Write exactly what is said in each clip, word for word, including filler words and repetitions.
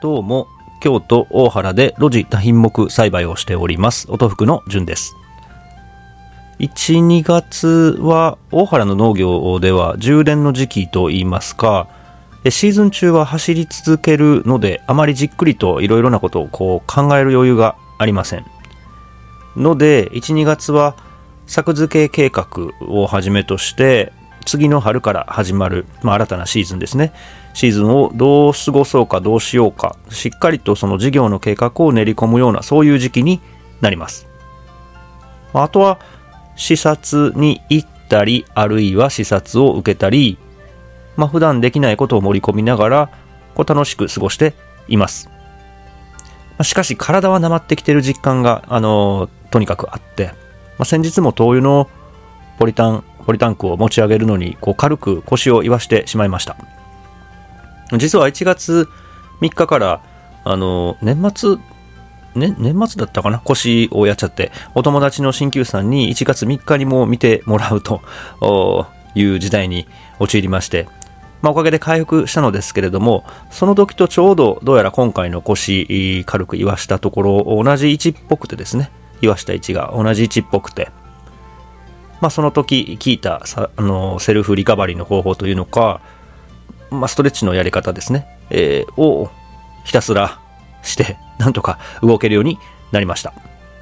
どうも、京都大原で露地多品目栽培をしております音福の順です。いち、にがつは大原の農業では充電の時期といいますか、シーズン中は走り続けるので、あまりじっくりといろいろなことをこう考える余裕がありませんので、いち、にがつは作付け計画をはじめとして次の春から始まる、まあ、新たなシーズンですね。シーズンをどう過ごそうかどうしようか、しっかりとその事業の計画を練り込むような、そういう時期になります。あとは視察に行ったり、あるいは視察を受けたり、まあ、普段できないことを盛り込みながらこう楽しく過ごしています。まあ、しかし体はなまってきている実感が、あのー、とにかくあって、まあ、先日も灯油のポリタンポリタンクを持ち上げるのにこう軽く腰を言わしてしまいました。実はいちがつみっかからあの年末、ね、年末だったかな、腰をやっちゃって、お友達の鍼灸師さんにいちがつみっかにも見てもらうという時代に陥りまして、まあ、おかげで回復したのですけれども、その時とちょうどどうやら今回の腰軽く言わしたところ同じ位置っぽくてですね、言わした位置が同じ位置っぽくて、まあ、その時聞いたさあのセルフリカバリーの方法というのか、まあ、ストレッチのやり方ですね、えー、をひたすらしてなんとか動けるようになりました。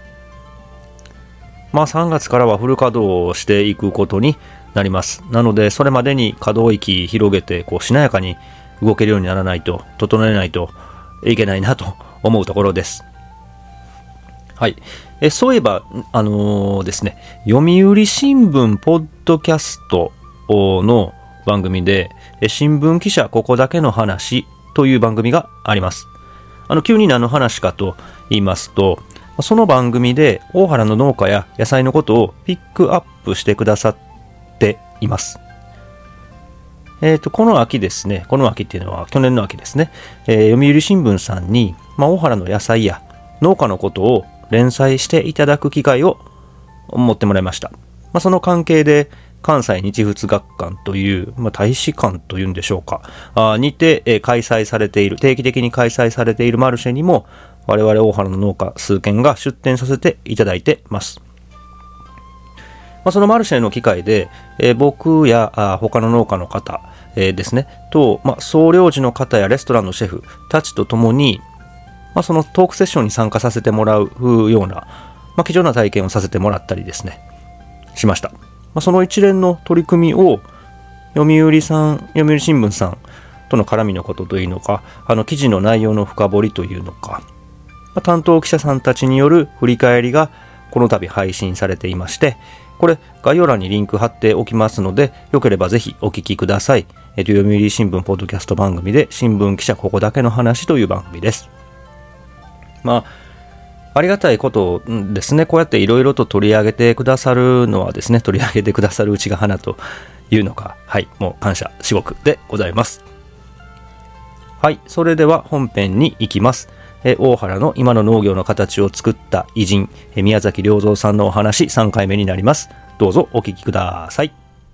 まあ、さんがつからはフル稼働をしていくことになります。なのでそれまでに可動域広げてこうしなやかに動けるようにならないと、整えないといけないなと思うところです。はい、えそういえば、あのー、ですね、読売新聞ポッドキャストの番組で新聞記者ここだけの話という番組があります。あの急に何の話かと言いますと、その番組で大原の農家や野菜のことをピックアップしてくださっています。えーと、この秋ですね、この秋っていうのは去年の秋ですね、えー、読売新聞さんに、まあ、大原の野菜や農家のことを連載していただく機会を持ってもらいました。まあ、その関係で関西日仏学館という、まあ、大使館というんでしょうか、あにて、えー、開催されている、定期的に開催されているマルシェにも我々大原の農家数軒が出店させていただいてます。まあ、そのマルシェの機会で、えー、僕やあ他の農家の方、えー、ですねと、まあ、総領事の方やレストランのシェフたちとともに、まあ、そのトークセッションに参加させてもらうような、まあ、貴重な体験をさせてもらったりですねしました。まあ、その一連の取り組みを読売さん、読売新聞さんとの絡みのことというのか、あの記事の内容の深掘りというのか、まあ、担当記者さんたちによる振り返りがこの度配信されていまして、これ概要欄にリンク貼っておきますので、よければぜひお聞きください。えっと、読売新聞ポッドキャスト番組で新聞記者ここだけの話という番組です。まあありがたいことですね。こうやっていろいろと取り上げてくださるのはですね、取り上げてくださるうちが花というのか、はい、もう感謝至極でございます。はい、それでは本編に行きます。え大原の今の農業の形を作った偉人、え宮崎良三さんのお話さんかいめになります。どうぞお聞きください。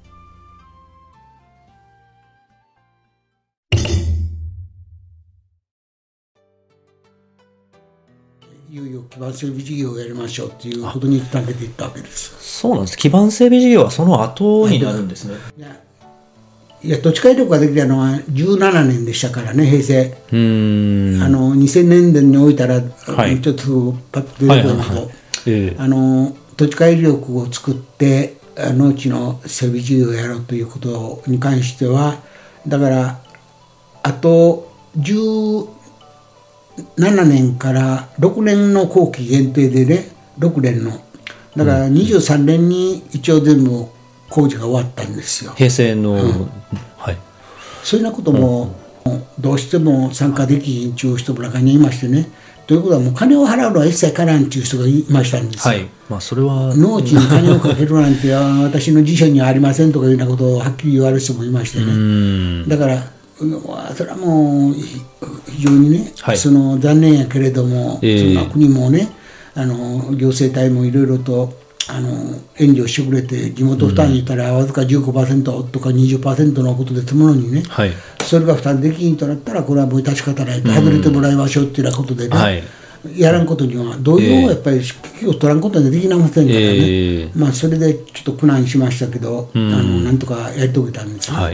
いよいよ基盤整備事業をやりましょうということにつなげていったわけです。 そうなんです。基盤整備事業はその後になるんですね。 いや、いや土地改良ができたのはじゅうななねんでしたからね、平成。うーん、あのにせんねんだいにおいたら、はい、ちょっとパッと出てくるのと、はいはいはい、えー、あの土地改良区を作って農地の整備事業をやろうということに関しては、だからあとじゅうななねんからろくねんの後期限定でね、ろくねんのだからにじゅうさんねんに一応全部工事が終わったんですよ、 平成の、うん、 はい、そういうようなことも、うん、どうしても参加できひんちゅう人の中にいましてね、ということはもう金を払うのは一切からんちゅう人がいましたんですよ、はい、まあ、それは農地に金をかけるなんて私の辞書にはありませんとかいうようなことをはっきり言われる人もいましてね、うん、だからそれはもう非常にね、はい、その残念やけれども、えー、その国もね、あの行政体もいろいろとあの援助してくれて、地元負担にいたらわずか じゅうごパーセント とか にじゅっパーセント のことで積むのにね、はい、 それが負担できんとなったらこれはもう致し方ないと、外れてもらいましょうっていうようなことでね、はい、やらんことには同様はやっぱり結局取らんことはできなませんからね、えーまあ、それでちょっと苦難しましたけど、うん、あのなんとかやり遂げたんですよ、はい、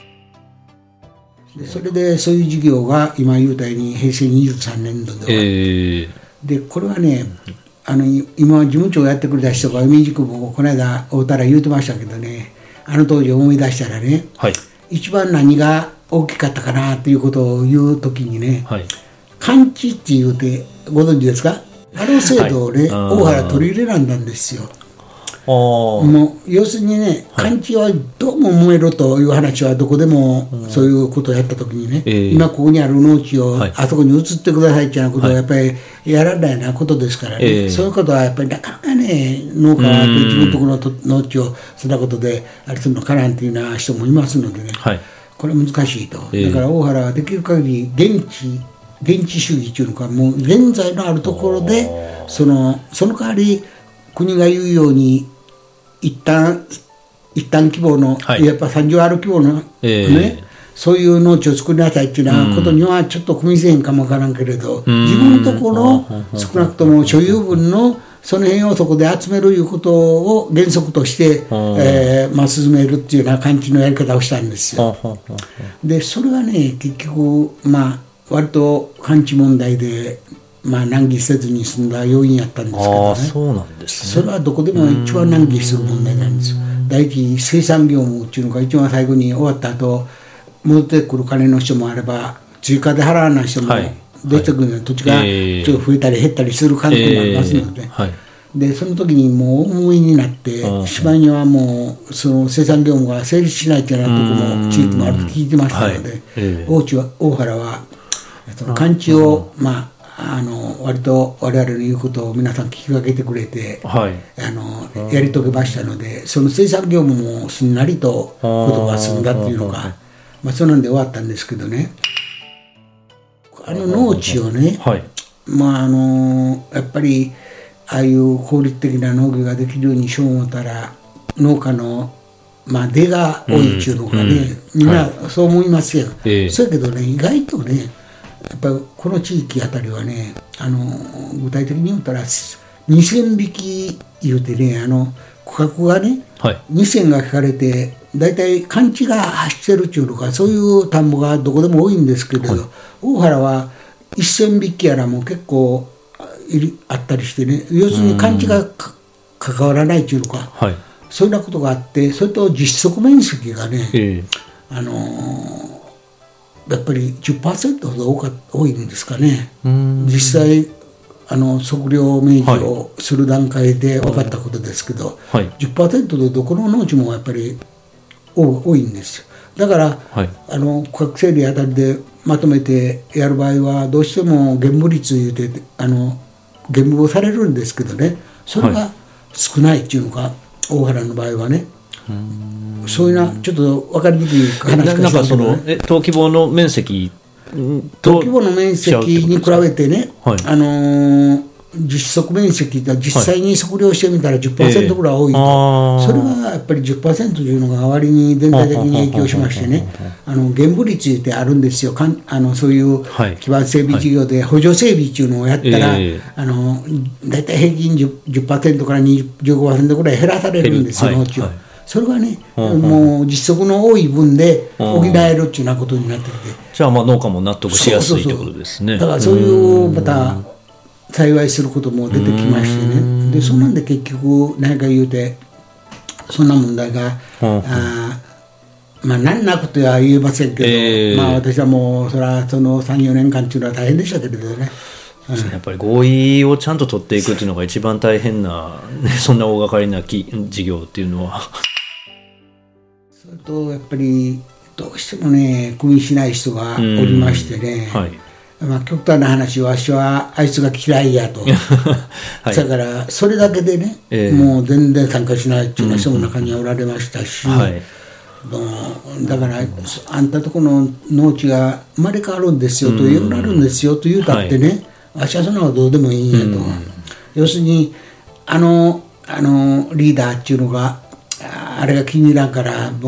でそれでそういう事業が今言うたようにへいせいにじゅうさんねんどでは、えー、でこれはね、あの今事務長をやってくれた人が海地区もこの間会うたら言うてましたけどね、あの当時思い出したらね、はい、一番何が大きかったかなということを言うときにね、はい、完治って言うてご存知ですか？あの制度をね、はい、大原取り入れらんだんですよ。もう要するにね、完治はどうも燃えろという話はどこでもそういうことをやったときにね、はい、今ここにある農地をあそこに移ってくださいっていうようなことはやっぱりやらないようなことですからね、はい、そういうことはやっぱりなかなかね、農家は自分のところの農地をそんなことであれするのかなんていうような人もいますのでね、はい、これは難しいと。だから大原はできる限り現地現地主義というのか、もう現在のあるところでそのその代わり国が言うように一旦一旦規模の、はい、やっぱさんじゅうアール規模の、えーね、そういう農地を作りなさいっていうようなことにはちょっと組みせへんかもわからんけれど、うん、自分のところ少なくとも所有分のその辺をそこで集めるいうことを原則として、えーまあ、進めるっていうような感じのやり方をしたんですよ。でそれはね結局まあ割と完治問題で、まあ、難儀せずに済んだ要因やったんですけどね。あ、そうなんですね。それはどこでも一番難儀する問題なんですよ。第一生産業務っていうのが一番最後に終わった後戻ってくる金の人もあれば追加で払わない人も出てくるので、土地がちょっと増えたり減ったりする関係もありますので、えーはい、でその時にもう大思いになってしまいにはもうその生産業務が成立しないというようなところも地域もあると聞いてましたので、はいえー、大地は大原はその完治をまああの割と我々の言うことを皆さん聞きかけてくれて、はい、あのやり遂げましたので、その生産業務もすんなりとことが済んだっていうのが、まあ、そうなんで終わったんですけどね、あの農地をね、はい、まああのやっぱりああいう効率的な農業ができるようにしよう思ったら農家のまあ出が多いっていうのがね、うんうん、みんなそう思いますよ、はい、そうやけどね意外とねやっぱりこの地域あたりはね、あの具体的に言ったらにせんびき言うてね、あの区画がね、はい、にせんが引かれてだいたい寒地が走ってるっていうのがそういう田んぼがどこでも多いんですけれど、はい、大原はせんびきやらも結構あったりしてね、要するに寒地が関わらないっていうのか、はい、そういうようなことがあって、それと実測面積がね、えー、あのーやっぱり じゅっパーセント ほど多か多いんですかね。実際あの測量明示をする段階で分かったことですけど、はい、じゅっパーセント でどこの農地もやっぱり多いんですよ。だから、はい、あの区画整理あたりでまとめてやる場合はどうしても減部率いうてあの減部をされるんですけどね、それが少ないっていうのが大原の場合はね、そういうなちょっと分かりにくい話かなんかそのえ登記簿の面積登記簿の面積に比べてね、はい、あのー、実測面積って実際に測量してみたら じゅっパーセント ぐらい多いと、えー、それはやっぱり じゅっパーセント というのが割に全体的に影響しましてね、あの減部率ってあるんですよ。かんあのそういう基盤整備事業で補助整備っていうのをやったら、はい、あのだいたい平均 じゅっパーセント から じゅうごパーセント ぐらい減らされるんですよ、農地を、はいはい、それはね、もう実測の多い分で補えるっていうようなことになってきて、 じゃあまあ農家も納得しやすいということですね。 だからそういうまた幸いすることも出てきましてね、でそんなんで結局何か言うてそんな問題があまあ何なことは言えませんけど、えー、まあ私はもうそれはその さん,よ 年間っていうのは大変でしたけれどね、 うん、やっぱり合意をちゃんと取っていくっていうのが一番大変な、ね、そんな大掛かりな事業っていうのはそれとやっぱりどうしてもね組みしない人がおりましてね、はい、まあ、極端な話わしはあいつが嫌いやと、はい、だからそれだけでね、えー、もう全然参加しないっていうような人も中にはおられましたし、はい、だからあんたとこの農地が生まれ変わるんですよと言うなるんですよと言うたってね、はい、わしはそんなのどうでもいいんやと、要するにあのあのリーダーっていうのがあれが気に入らんからもう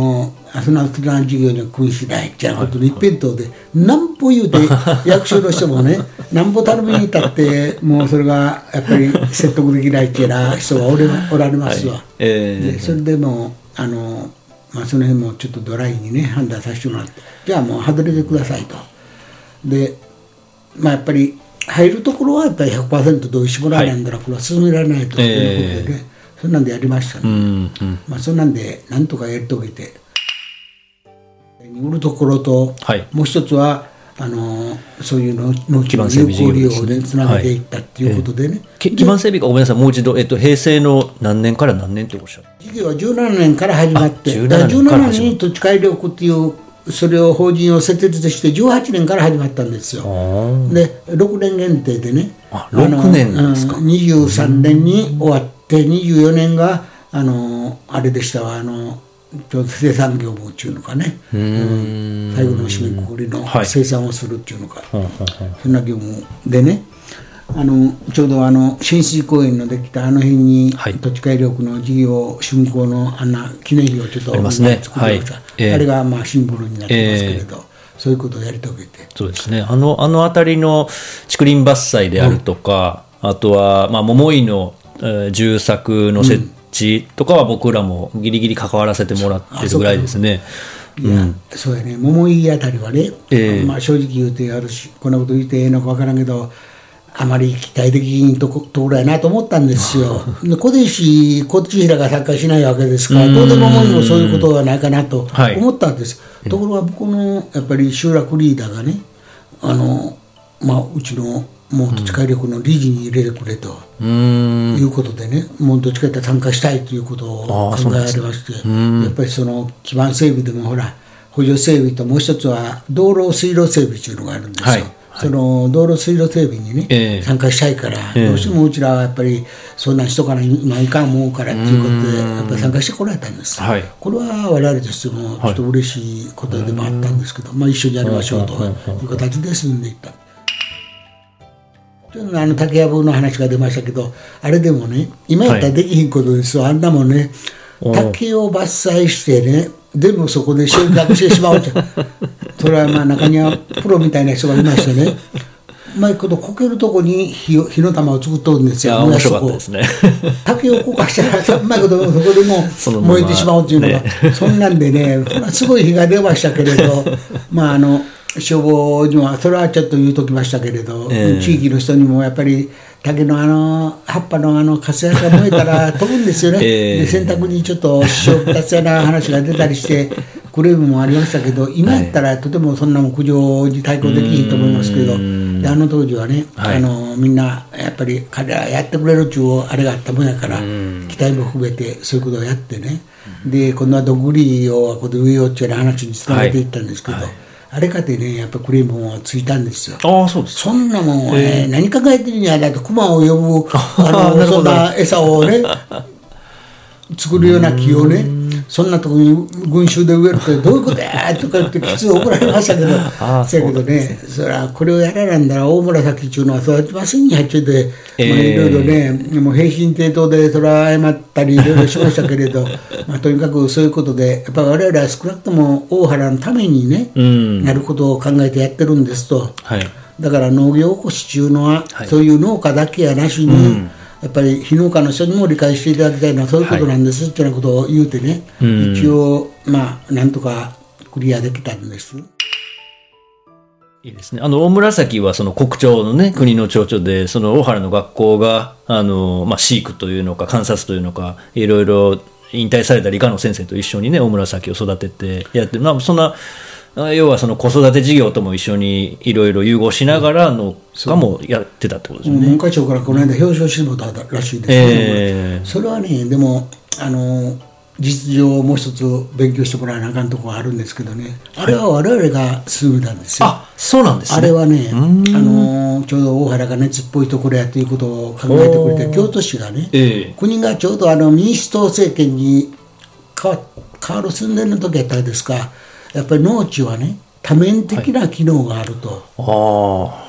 そんなそんな事業には君しないっていうことで一辺倒でなんぼ言うて役所の人もねなんぼ頼みに立ってもうそれがやっぱり説得できないっていうような人がおれおられますわ、はいえー、でそれでもあの、まあ、その辺もちょっとドライにね判断させてもらってじゃあもう外れてくださいとで、まあ、やっぱり入るところはやっぱり ひゃくパーセント 同意してもらわないんだらこれは進められないということでね、えー、そんなんでやりましたね、うんうんまあ、そんなんでなんとかやり遂げて売るところと、はい、もう一つはあのそういうの農地の有効利用でつなげていったっていうことでね、はいえー、 基盤整備がごめんなさいもう一度、えっと、平成の何年から何年っておっしゃる事業はじゅうななねんから始まってじゅうななねんに土地改良区っていうそれを法人を設立してじゅうはちねんから始まったんですよでろくねん限定でねあろくねんですか、 うん、にじゅうさんねんに終わってにじゅうよねんがあのあれでしたわあのちょうど生産業務っていうのかねうーん最後の締めくくりの生産をするっていうのか、はい、そんな業務でねあのちょうどあの新水公園のできたあの辺に、はい、土地改良区の事業竣工のあんな記念碑をちょっとみんな作ってました、はいえー、あれがまあシンボルになってますけれど、えー、そういうことをやり遂げてそうですねあの、あの辺りの竹林伐採であるとか、うん、あとは、まあ、桃井の、えー、住宅の設置とかは僕らもギリギリ関わらせてもらってるぐらいですね。 いや、うん、そうやね桃井あたりはね、えーまあ、正直言うてあるしこんなこと言ってええのか分からんけどあまり期待できんところやなと思ったんですよ小出石こっち平が参加しないわけですからどうでも桃井もそういうことはないかなと思ったんです、はい、ところが僕のやっぱり集落リーダーがねあの、まあ、うちのもう土地改良区の理事に入れてくれということでねもうどっちかというと参加したいということを考えられましてやっぱりその基盤整備でもほら補助整備ともう一つは道路水路整備というのがあるんですよ、はいはい、その道路水路整備にね、えー、参加したいから、えー、どうしてもうちらはやっぱりそんな人から今いかん思うからっていうことでやっぱり参加してこられたんです、はい、これは我々としてもちょっと嬉しいことでもあったんですけど、はいまあ、一緒にやりましょうという形で進んでいった。ちょっとあの竹やぶの話が出ましたけどあれでもね今やったらできひんことですよ、はい、あんなもんね竹を伐採してね全部そこで収穫してしまうじゃんそれはまあ中にはプロみたいな人がいましてねうまいことこけるとこに 火, 火の玉を作っとるんですよ。 いや面白かったですね竹をこかしたらうまいことそこでも燃えてしまうっていうのが、ね、そんなんでねすごい火が出ましたけれどまああの消防にはそれはちょっと言うときましたけれど、えー、地域の人にもやっぱり竹のあの葉っぱのあのカスヤが燃えたら飛ぶんですよね、えー、で洗濯にちょっと支障をきたすような話が出たりしてクレームもありましたけど今やったらとてもそんなも苦情に対抗できひんと思いますけどであの当時はね、はい、あのみんなやっぱり彼らやってくれるっちゅうあれがあったもんやから期待も含めてそういうことをやってねで今度はどんぐりをここで植えようっていう話につなげていったんですけど、はいはいあれかてねやっぱクリームもついたんですよ。 ああそうです。 そんなもん、えー、何考えてるんやだとクマを呼ぶあのそんな餌をね作るような木をねそんなとこに群衆で植えるってどういうことやとか言ってきつい怒られましたけどあせやけどねそれはこれをやらなんだら大紫っていうのは育ちませんに入ってて、えー、まあいろいろねもう平身低頭でそれは謝ったりいろいろしましたけれどまあとにかくそういうことでやっぱり我々は少なくとも大原のためにね、うん、なることを考えてやってるんですと、はい、だから農業おこしっていうのは、はい、そういう農家だけやなしに、うんやっぱり非農家の人にも理解していただきたいのはそういうことなんです、はい、っていうようなことを言うてね、うん、一応まあなんとかクリアできたんです。 いいですね。あの大紫はその国庁のね国の町長でその大原の学校があの、まあ、飼育というのか観察というのかいろいろ引退された理科の先生と一緒にね大紫を育ててやってる、まあ、そんな要はその子育て事業とも一緒にいろいろ融合しながら農家もやってたってことですよね。 文科庁からこの間表彰してもらったらしいですね、えー、それはねでもあの実情をもう一つ勉強してもらわなあかんところがあるんですけどねあれは我々が進めたんですよ、 はい、あそうなんですね。 あれはねあのちょうど大原が熱っぽいところやということを考えてくれて京都市がね、えー、国がちょうどあの民主党政権に変わ、変わる寸前の時やったんですかやっぱり農地はね多面的な機能があると、はい、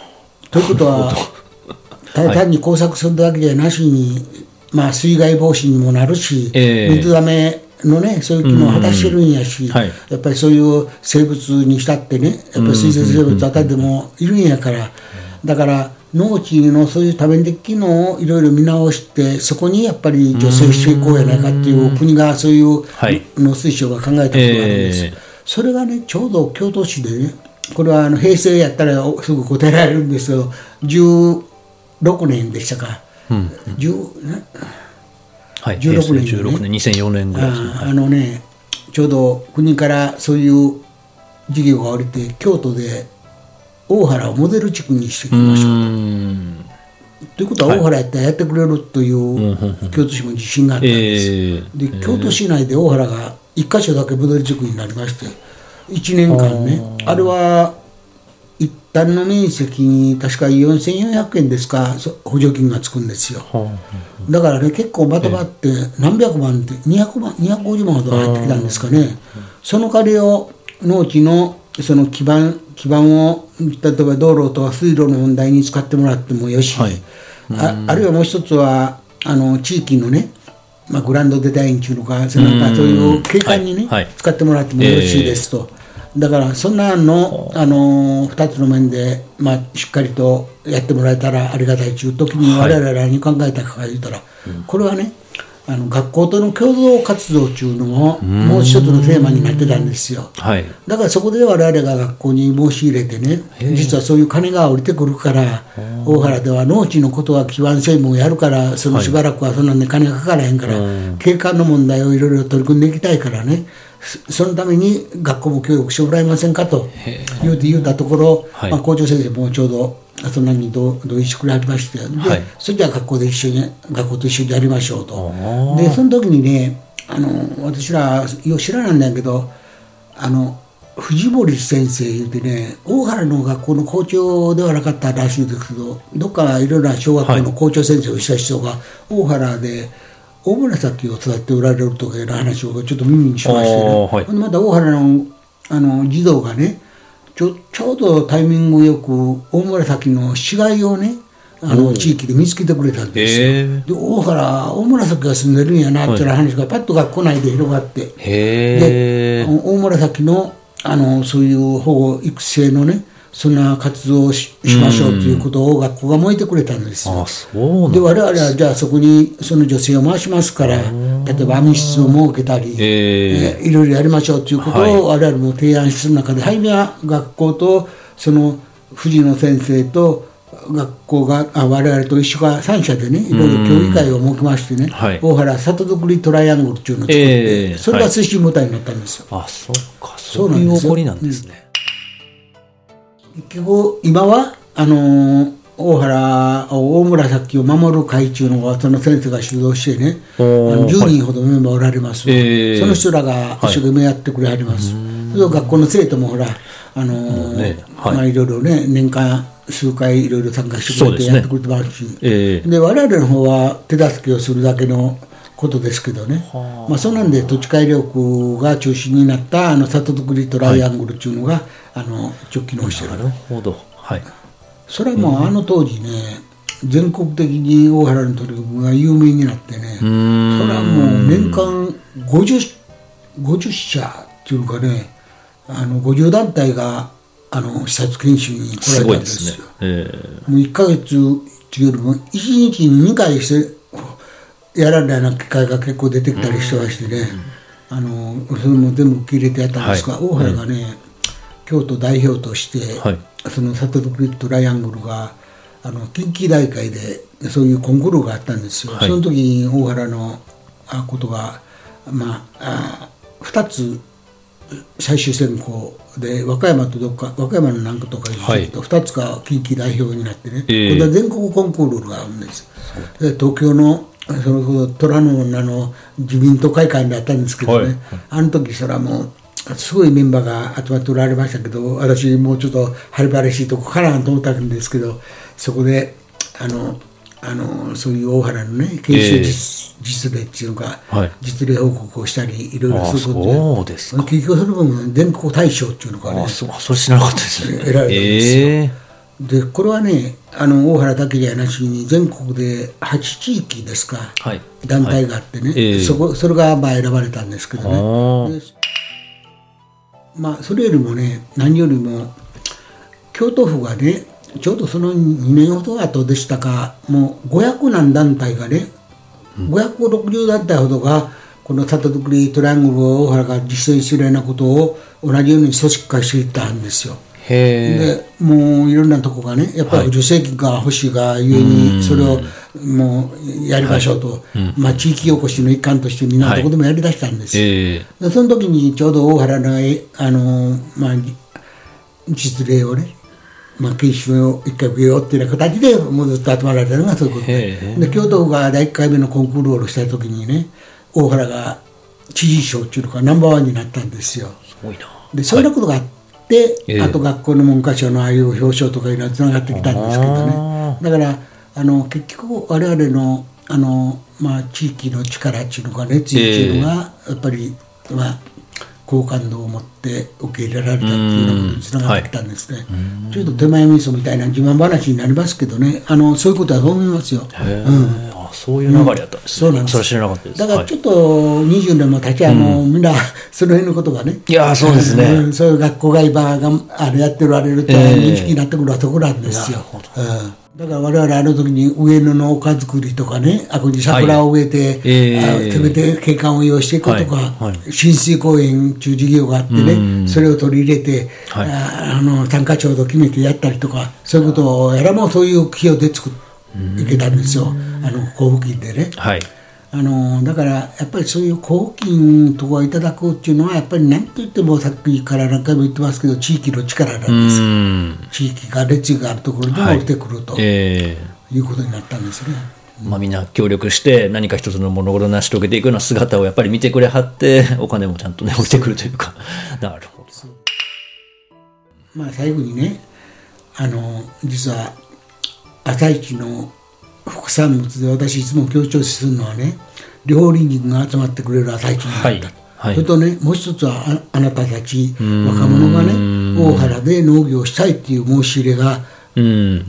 ということはただ単に工作するだけじゃなしに、まあ、水害防止にもなるし、えー、水がめのね、そういう機能を果たしてるんやし、はい、やっぱりそういう生物にしたってね、やっぱり水生生物あたりでもいるんやから、だから農地のそういう多面的機能をいろいろ見直して、そこにやっぱり助成していこうやないかっていう国が、そういう農水省が考えたことがあるんです、はい、えー、それがね、ちょうど京都市でね、これはあの平成やったらすぐ答えられるんですけど、じゅうろくねんでしたか、うん、じゅうはい、じゅうろくねん、ね、じゅうろくねん、にせんよねんぐらいですね、 あ、あのね、ちょうど国からそういう事業が降りて、京都で大原をモデル地区にしていきましょうと。うんということは、大原やったらやってくれるという、はい、京都市も自信があったんです、えー、で京都市内で大原がいっかしょだけモデル地区になりまして、いちねんかんね、あれは一旦の面積に確かよんせんよんひゃくえんですか、補助金がつくんですよ。だからね、結構まとまって何百万ってにひゃくまん、にひゃくごじゅうまんほど入ってきたんですかね。その代わりを農地のその基盤基盤を例えば道路とか水路の問題に使ってもらってもよし、はい、あ, あるいはもう一つはあの地域のね、まあ、グランドデザインというのか、そのそういう景観にね、はいはい、使ってもらってもよろしいですと、えー、だからそんなの、あのふたつの面で、まあ、しっかりとやってもらえたらありがたいという時に、我々は何考えたか言うたら、はい、これはね、あの学校との共同活動というのももう一つのテーマになってたんですよ、はい、だからそこで我々が学校に申し入れてね、実はそういう金が降りてくるから、大原では農地のことは基盤専門をやるから、そのしばらくはそんなに金がかからへんから、はい、景観の問題をいろいろ取り組んでいきたいからね、そのために学校も協力してもらえませんかと言うて言うたところ、はい、まあ、校長先生もちょうどそんなに同意してくれはりまして、で、はい、それじゃあ学校で一緒に学校と一緒にやりましょうと。でその時にね、あの私らよう知らないんだけど、あの藤森先生言うてね、大原の学校の校長ではなかったらしいですけど、どっかいろいろな小学校の校長先生をした人が大原で大紫を育てておられるとかいう話をちょっと耳にしましてね、はい、また大原の、あの児童がね、ちょ、ちょうどタイミングよく大紫の死骸をね、あの地域で見つけてくれたんですよ。で、大原大紫が住んでるんやなっていう話がパッと学校内で広がって、で大紫の、あのそういう保護育成のね、そんな活動を し, しましょうということを学校が燃えてくれたんですよ。あ、そうなんです。で、我々はじゃあそこにその女性を回しますから、例えば網室を設けたり、えー、いろいろやりましょうということを我々も提案する中で、はい、初めは学校とその藤野先生と学校があ我々と一緒がさん社でね、いろいろ協議会を設けましてね、はい、大原里づくりトライアングルっていうのを作って、えー、それが推進部隊になったんですよ。 はい、あ、そうか、そういう起こりなんですね。 結局今はあのー、大原大紫を守る会中のその先生が主導してね、あのじゅうにんほどメンバーおられます、はい、えー、その人らが一生懸命やってくれはります、はい、学校の生徒もほら、あのーね、はい、まあ、いろいろね、年間数回いろいろ参加してくれてやってくれてますし、で、ね、えー、で我々の方は手助けをするだけのことですけどね、まあ、そうなんで土地改良区が中心になったあの里づくりトライアングルっていうのが、はい、あの直機能してる。 なるほど、はい、 それはもうあの当時ね、全国的に大原の取り組みが有名になってね、それはもう年間ごじゅう、ごじゅっ社っていうかね、あのごじゅう団体があの視察研修に来られたんですよ。すごいですね。えー、もういっかげつっていうよりもいちにちににかいしてやられないような機会が結構出てきたりしてましてね、あのそれも全部受け入れてやったんですが、はい、大原がね、うん、京都代表として、はい、その里づくりトライアングルがあの近畿大会でそういうコンクールがあったんですよ、はい、その時に大原のことが、まあ、あふたつ最終選考で和歌山とどっか和歌山の何かとかいうと、はい、ふたつが近畿代表になってね、えー、これは全国コンクールがあるんです。で東京のその頃虎ノ門の自民党会館であったんですけどね、はい、あの時それはもうすごいメンバーが集まっておられましたけど、私もうちょっと晴れ晴れしいとこかなと思ったんですけど、そこであのあのそういう大原のね研修 実,、えー、実例っていうのか、はい、実例報告をしたりいろいろすることで、そうですか、結局その分全国大賞っていうのがね、 あ、そ, それ知らなかったですね。 選ばれたんですよ。えーでこれはね、あの大原だけじゃなしに全国ではち地域ですか、はい、団体があってね、はいえー、そこそれがまあ選ばれたんですけどね。まあ、それよりもね、何よりも京都府がね、ちょうどそのにねんほど後でしたか、もうごひゃくなん団体がね、うん、ごひゃくろくじゅう団体ほどがこの里づくりトライアングルを大原が実践するようなことを同じように組織化していったんですよ。でもういろんなとこがね、やっぱり助成金が欲しいがゆえにそれをもうやりましょうと、はいうんまあ、地域おこしの一環としてみんなどこでもやりだしたんですよ、はいえー、でその時にちょうど大原の、あの、まあ、実例をね、まあ、研修を一回受けようっていうような形でもうずっと集まられたのがそういうことで、で京都府がだいいっかいめのコンクールをした時にね、大原が知事賞っていうのがナンバーワンになったんですよ。すごいな。でそういうことがあって、はい、あと学校の文科省のああいう表彰とかいうのはつながってきたんですけどね。だからあの結局我々の、あの、まあ、地域の力っていうのか熱意っていうのがやっぱり、まあ、好感度を持って受け入れられたっていうようなことにつながってきたんですね、はい、ちょっと手前味噌みたいな自慢話になりますけどね、あのそういうことはそう思いますよ。へうん、あそういう流れやったんですね、うん、そうなんです。それ知らなかったです。 だからちょっとにじゅうねんも経ちはもうみんなその辺のことがね、 いやそうですね、うん、 そういう学校外場があれやっておられると認識になってくるところなんですよ、えーうんだから我々あの時に上野の丘作りとかね、あここに桜を植えて、はいえー、せめて景観を用していこうとか、はいはい、浸水公園中事業があってね、それを取り入れて、はい、ああの単価帳と決めてやったりとか、そういうことをやらもそういう費用で作っていけたんですよ、あの交付金でね。はいあのだからやっぱりそういう交付金とかいただくっていうのはやっぱり何と言ってもさっきから何回も言ってますけど地域の力なんですよ。地域が熱意があるところでも降りてくると、はいえー、いうことになったんですね。 まあ、みんな協力して何か一つの物事を成し遂げていくような姿をやっぱり見てくれはってお金もちゃんとね降りてくるというかなるほど。 まあ最後にねあの実は朝市の副産物で私いつも強調するのはね料理人が集まってくれる朝市になった、はいはい、それとねもう一つは あ, あなたたち若者がね大原で農業をしたいっていう申し入れがうん、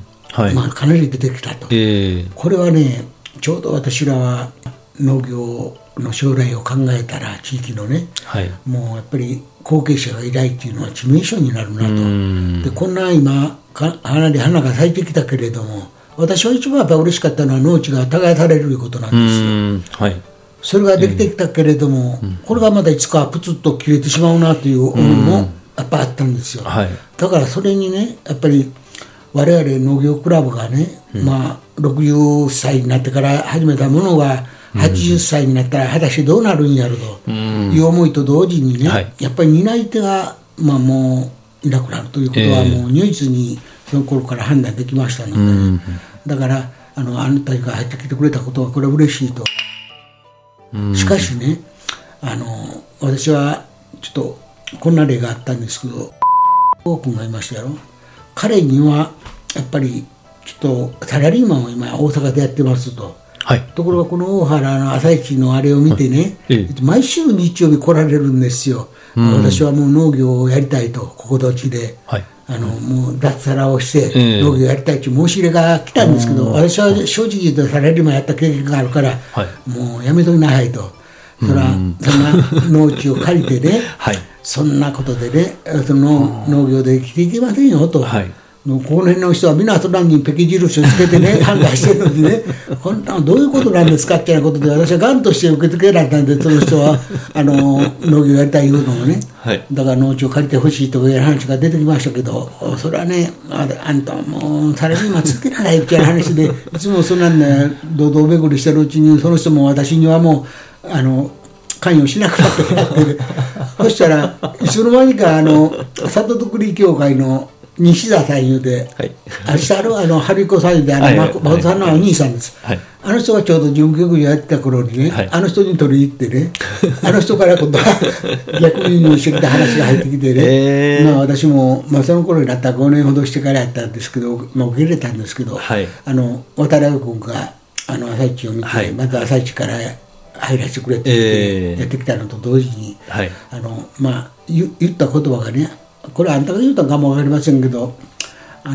はいまあ、かなり出てきたと、えー、これはねちょうど私らは農業の将来を考えたら地域のね、はい、もうやっぱり後継者がいないっていうのは致命傷になるなと。でこんな今か花で花が咲いてきたけれども私は一番やっぱり嬉しかったのは農地が耕されるということなんですよ、はい、それができてきたけれども、えー、これがまたいつかプツッと切れてしまうなという思いもやっぱあったんですよ、はい、だからそれにねやっぱり我々農業クラブがね、うんまあ、ろくじゅっさいになってから始めたものがはちじゅっさいになったら果たしてどうなるんやろという思いと同時にね、はい、やっぱり担い手が、まあ、もういなくなるということはもう如実にその頃から判断できましたので、ねうん、だからあのあなたが入ってきてくれたことはこれは嬉しいと、うん、しかしねあの私はちょっとこんな例があったんですけど王君がいましたやろ。彼にはやっぱりちょっとサラリーマンを今大阪でやってますと、はい、ところがこの大原の朝市のあれを見てね、はい、毎週日曜日来られるんですよ、うん、私はもう農業をやりたいとここ土地で、はい、あのもう脱サラをして農業やりたいという申し入れが来たんですけど、私は正直言うとサラリーマンやった経験があるから、はい、もうやめときなさいと、それはそんな農地を借りてね、はい、そんなことでねその農業で生きていけませんよと、はい、この辺の人はみんなそらにペケ印をつけてね判断してるのでねこんなどういうことなんですかっていうことで私はがんとして受け付けられたんでその人はあの農業やりたいいうのもね、はい、だから農地を借りてほしいという話が出てきましたけどそれはね あ, あんたはもうサラリーマンつけられないっていう話でいつもそんなんで堂々巡りしてるうちにその人も私にはもうあの関与しなくなってなってそしたらいつの間にかあの里づくり協会の西田さんいうで、はい、あ日あの春彦さんであの、はい、誠さんのお兄さんです、はい、あの人がちょうど事務局やってた頃にね、はい、あの人に取り入ってねあの人から今度は逆輸入してきた話が入ってきてね、えーまあ、私も、まあ、その頃になったらごねんほどしてからやったんですけど、まあ、受け入れたんですけど、はい、あの渡辺君があの朝市を見て、はい、まず朝市から入らせてくれって言ってやってきたのと同時に、えーはいあのまあ、言, 言った言葉がねこれあんたが言うたかも分かりませんけどあの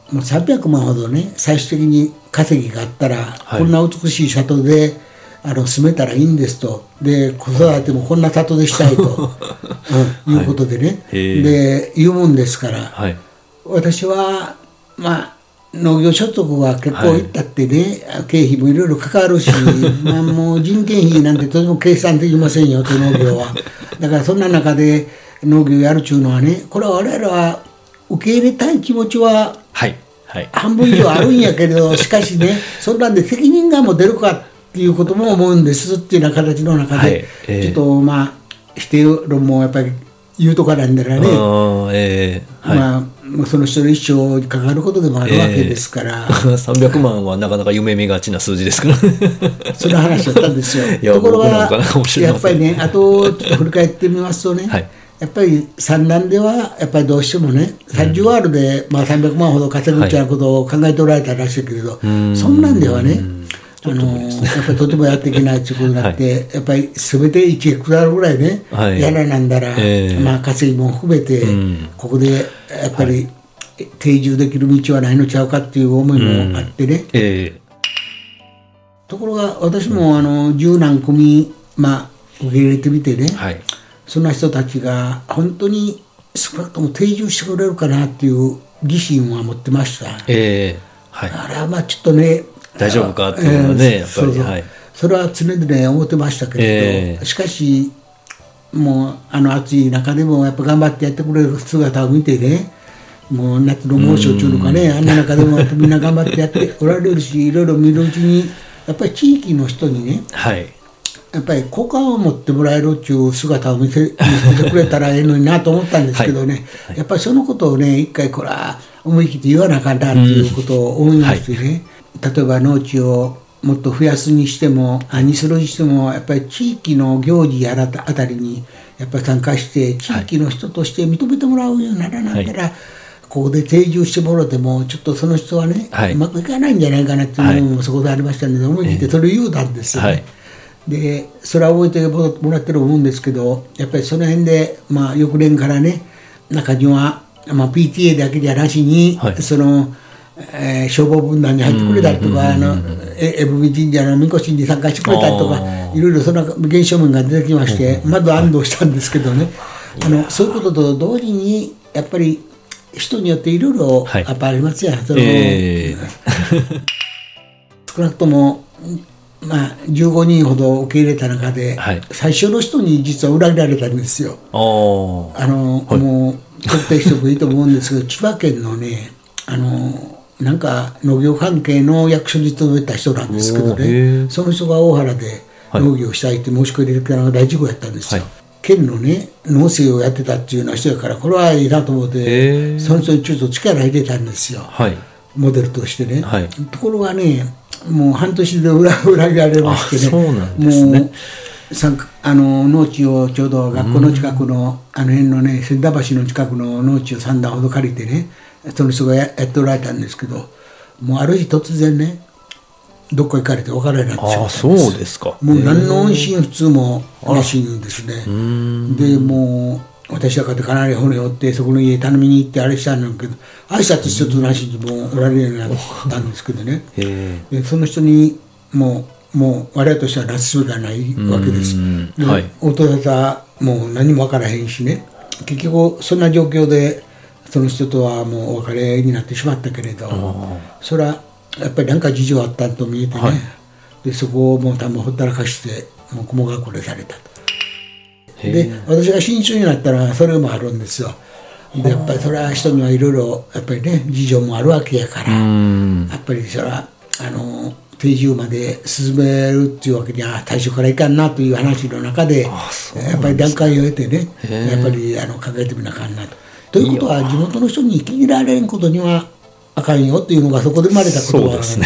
もうさんびゃくまんほどね最終的に稼ぎがあったら、はい、こんな美しい里であの住めたらいいんですと、で子育てもこんな里でしたいと、うん、いうことでね、はい、で言うもんですから、はい、私はまあ農業所得は結構いったってね、はい、経費もいろいろかかるしまあもう人件費なんてとても計算できませんよと農業は。だからそんな中で農業やるちゅうのはね、これは我々は受け入れたい気持ちは半分以上あるんやけれど、しかしねそんなんで責任が持てるかっていうことも思うんですっていうような形の中で、はいえー、ちょっとまあ否定論もやっぱり言うとかなんだらね、えーはいまあ、その人の一生にかかることでもあるわけですから、えー、さんびゃくまんはなかなか夢見がちな数字ですからその話だったんですよところがやっぱりね、あとちょっと振り返ってみますとね、はい、やっぱり産卵ではやっぱりどうしてもねさんじゅうワールで、まあ、さんびゃくまんほど稼ぐっていうようなことを考えておられたらしいけれど、はい、そんなんではねあのやっぱりとてもやっていけないということになって、はい、やっぱりすべていちヘクタールぐらいね、はい、やらなんだら、えーまあ、稼ぎも含めて、うん、ここでやっぱり定住できる道はないのちゃうかっていう思いもあってね、うんえー、ところが私もあの十何組、まあ、受け入れてみてね、はい、そんな人たちが本当に少なくとも定住してくれるかなっていう疑心は持ってました、えーはい、あれはまあちょっとね大丈夫かっていうのはね、えー、やっぱりそうそう、はい、それは常々思ってましたけれど、えー、しかしもうあの暑い中でもやっぱ頑張ってやってくれる姿を見てね、もう夏の猛暑中のかね、あんな中でもみんな頑張ってやっておられるし、いろいろ見るうちにやっぱり地域の人にね、はい、やっぱり好感を持ってもらえるっていう姿を見せ、見せてくれたらええのになと思ったんですけどね、はいはい、やっぱりそのことをね一回これは思い切って言わなあかんなっていうことを思いましてね、うんはい例えば農地をもっと増やすにしてもにするにしてもやっぱり地域の行事やらあたりにやっぱり参加して地域の人として認めてもらうようにならなかったら、はい、ここで定住してもらってもちょっとその人はね、はい、うまくいかないんじゃないかなっていうのもそこでありましたので、思い切ってそれを言うたんですよね、はい、でそれは覚えてもらってると思うんですけど、やっぱりその辺で、まあ、翌年からね中には、まあ、ピーティーエー だけじゃなしに、はい、そのえー、消防分団に入ってくれたりとか、あの江吹神社のみこしに参加してくれたりとか、いろいろその現象面が出てきまして、まず安堵したんですけどね、あのそういうことと同時にやっぱり人によっていろいろやっぱありますよ、はいそのえー、少なくとも、まあ、じゅうごにんほど受け入れた中で、はい、最初の人に実は裏切られたんですよ。あの、はい、もう特定しておくいいと思うんですけど、千葉県のねあのなんか農業関係の役所に勤めた人なんですけどね、その人が大原で農業したいって申し込み入れてから大事故やったんですよ、はい、県のね農政をやってたっていうような人やから、これはいいなと思ってその人にちょっと力入れたんですよ、はい、モデルとしてね、はい、ところがねもう半年で裏裏切られましてね、そうなんですね、もうあの農地をちょうど学校の近くのあの辺のね千田橋の近くの農地をさんだんほど借りてね、その人が や, やっておられたんですけど、もうある日突然ねどっか行かれて分からなくなってしまったんです。あそうですか。もう何の音信不通もなしにですね、でもう私はかなり骨折ってそこの家頼みに行ってあれしたんだけど、挨拶一つなしにもおられるようになったんですけどねでその人にもうもう我々としてはなすすべがないわけです。で、はい、音沙汰もう何も分からへんしね、結局そんな状況でその人とはもうお別れになってしまったけれど、それはやっぱり何か事情あったと見えてね、はい、でそこをもう田んぼほったらかしてもう雲がこれされたと。で私が新中になったらそれもあるんですよ。でやっぱりそれは人にはいろいろやっぱりね事情もあるわけやから、やっぱりそれはあの定住まで進めるっていうわけには最初からいかんなという話の中で、やっぱり段階を経てねやっぱりあの考えてみなあかんなと。ということは地元の人に気に入られんことにはあかんよというのがそこで生まれた言葉なんですよ。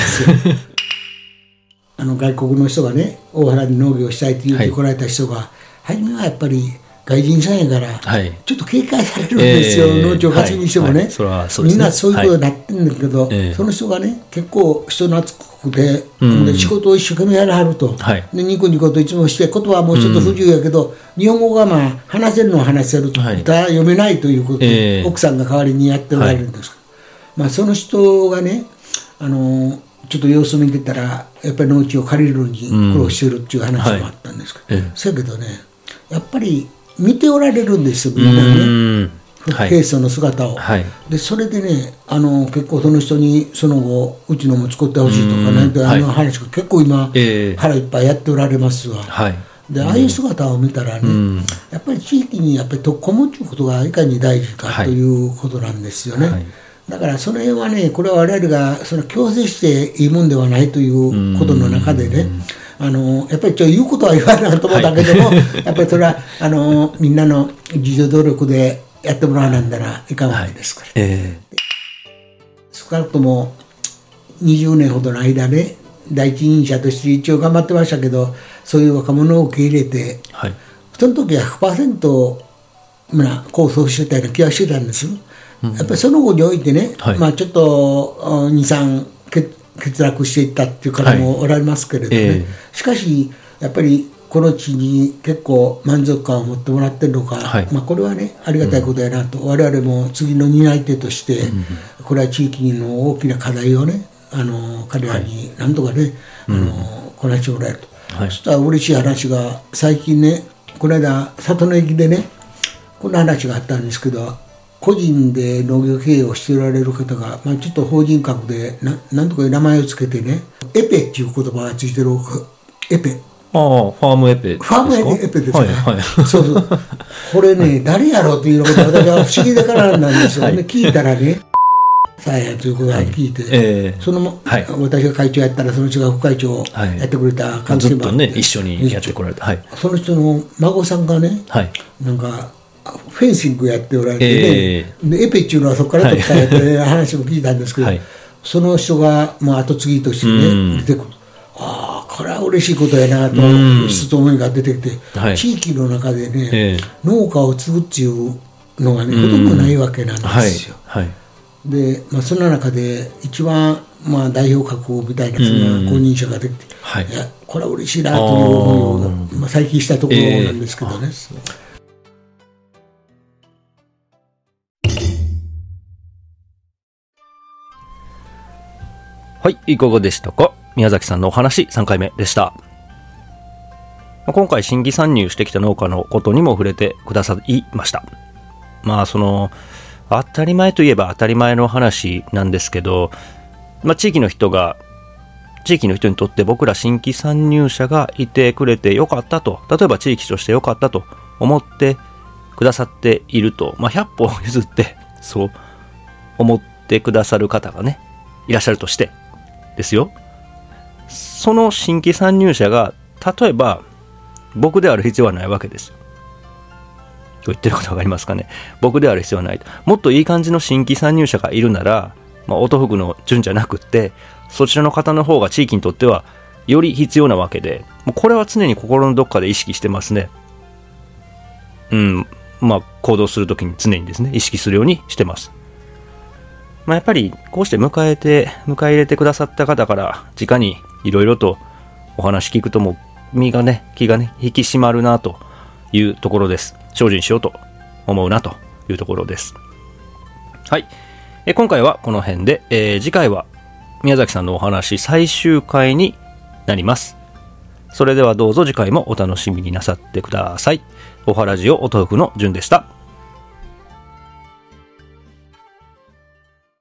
あの外国の人がね大原に農業したいと言って来られた人が、はい、初めはやっぱり外人さんやから、はい、ちょっと警戒されるんですよ、えー、農地を勝ちにしてもね、はいはい、みんなそういうことになってるんだけど、はい、その人がね結構人懐っこくて、うん、で仕事を一生懸命やらはると、はい、でニコニコといつもして言葉はもうちょっと不自由やけど、うん、日本語がまあ話せるのは話せると、はい、ただ読めないということで、えー、奥さんが代わりにやっておられるんです、はまあ、その人がね、あのちょっと様子見てたらやっぱり農地を借りるのに苦労してるっていう話もあったんですけど、うんはい、そやけどねやっぱり見ておられるんですよみんなね、平素の姿を、はい、でそれでねあの結構その人にその後うちのも作ってほしいとかなんてあの話が結構今、はい、腹いっぱいやっておられますわ、はい、でああいう姿を見たらね、うん、やっぱり地域にやっぱり特攻持つことがいかに大事かということなんですよね、はいはい、だからその辺はねこれは我々がその強制していいもんではないということの中でね、あのやっぱりちょ言うことは言わないと思うんだけども、はい、やっぱりそれはあのみんなの自助努力でやってもらわなんだらいかんわけですから、はいえー、少なくともにじゅうねんほどの間ね第一人者として一応頑張ってましたけどそういう若者を受け入れて、はい、その時は ひゃくパーセント 構想してたような気がしてたんですよ、うん、やっぱりその後においてね、はいまあ、ちょっとにさん欠落していったっていう方もおられますけれどもね、はいえー、しかしやっぱりこの地に結構満足感を持ってもらってるのか、はいまあ、これはねありがたいことやなと、うん、我々も次の担い手として、うん、これは地域の大きな課題をねあの彼らに何とかね、はい、あのこなしてもらえると、はい、そしたら嬉しい話が最近ねこの間里の駅でねこんな話があったんですけど個人で農業経営をしておられる方が、まあ、ちょっと法人格でななんとか名前をつけてねエペっていう言葉がついてるエペああファームエペファームエペですね、 はいはい、 そうそうこれね、はい、誰やろうっていうこと私は不思議だからなんですよ、はい、で聞いたらねさあやということを聞いて、はいえーそのはい、私が会長やったらその人が副会長をやってくれた関係もあって、はい、ずっとね一緒にやってこられた、はい、 その人の孫さんがね、はい、なんかフェンシングやっておられてね、えー、でエペっていうのはそこから取ったやって話も聞いたんですけど、はい、その人がもう後継ぎとしてね出てくる。ああこれは嬉しいことやなと一つ思いが出てきて、はい、地域の中でね、えー、農家を継ぐっていうのがねほとんどないわけなんですよ、はいはい、で、まあ、その中で一番、まあ、代表格みたいなそんな公認者が出てきて、はい、いやこれは嬉しいなという思いを、まあ、最近したところなんですけどね、えーはい、いかがでしたか。宮崎さんのお話さんかいめでした。今回新規参入してきた農家のことにも触れてくださいました。まあその当たり前といえば当たり前の話なんですけど、まあ、地域の人が地域の人にとって僕ら新規参入者がいてくれてよかったと、例えば地域としてよかったと思ってくださっていると、まあ、ひゃっぽ譲ってそう思ってくださる方がねいらっしゃるとしてですよ。その新規参入者が例えば僕である必要はないわけですよ。言ってることわかりますかね。僕である必要はない。もっといい感じの新規参入者がいるなら、まあ、音福の順じゃなくってそちらの方の方が地域にとってはより必要なわけで、もうこれは常に心のどっかで意識してますね。うんまあ行動するときに常にですね意識するようにしてます。まあ、やっぱりこうして迎えて迎え入れてくださった方から直にいろいろとお話聞くともう身がね気がね引き締まるなというところです。精進しようと思うなというところです。はい、え今回はこの辺で、えー、次回は宮崎さんのお話最終回になります。それではどうぞ次回もお楽しみになさってください。おはラジオ音福の順でした。